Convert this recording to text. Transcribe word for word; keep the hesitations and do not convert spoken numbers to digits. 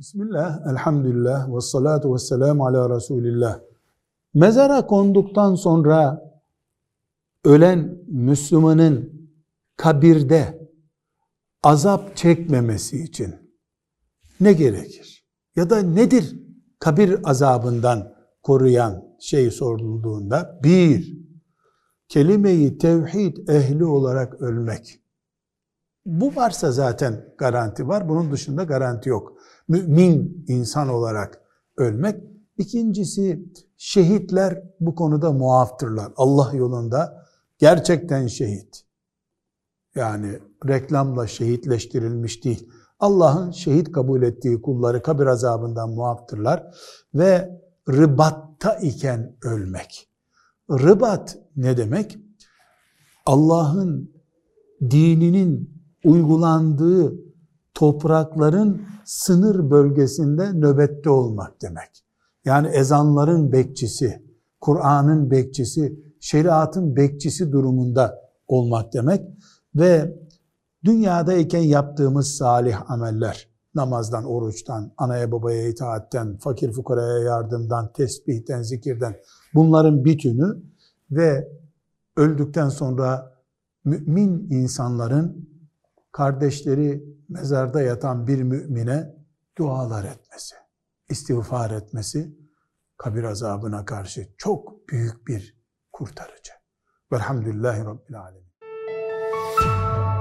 Bismillah, elhamdülillah, ve salatu ve selamu ala Resulillah. Mezara konduktan sonra ölen Müslümanın kabirde azap çekmemesi için ne gerekir? Ya da nedir kabir azabından koruyan şey sorulduğunda? Bir, kelime-i tevhid ehli olarak ölmek. Bu varsa zaten garanti var. Bunun dışında garanti yok. Mümin insan olarak ölmek. İkincisi, şehitler bu konuda muaftırlar. Allah yolunda gerçekten şehit. Yani reklamla şehitleştirilmiş değil. Allah'ın şehit kabul ettiği kulları kabir azabından muaftırlar. Ve rıbatta iken ölmek. Rıbat ne demek? Allah'ın dininin uygulandığı toprakların sınır bölgesinde nöbette olmak demek. Yani ezanların bekçisi, Kur'an'ın bekçisi, şeriatın bekçisi durumunda olmak demek. Ve dünyadayken yaptığımız salih ameller, namazdan, oruçtan, anaya babaya itaatten, fakir fukaraya yardımdan, tesbihten, zikirden, bunların bütünü ve öldükten sonra mümin insanların kardeşleri mezarda yatan bir mümine dualar etmesi, istiğfar etmesi, kabir azabına karşı çok büyük bir kurtarıcı. Velhamdülillahi Rabbil Alemin.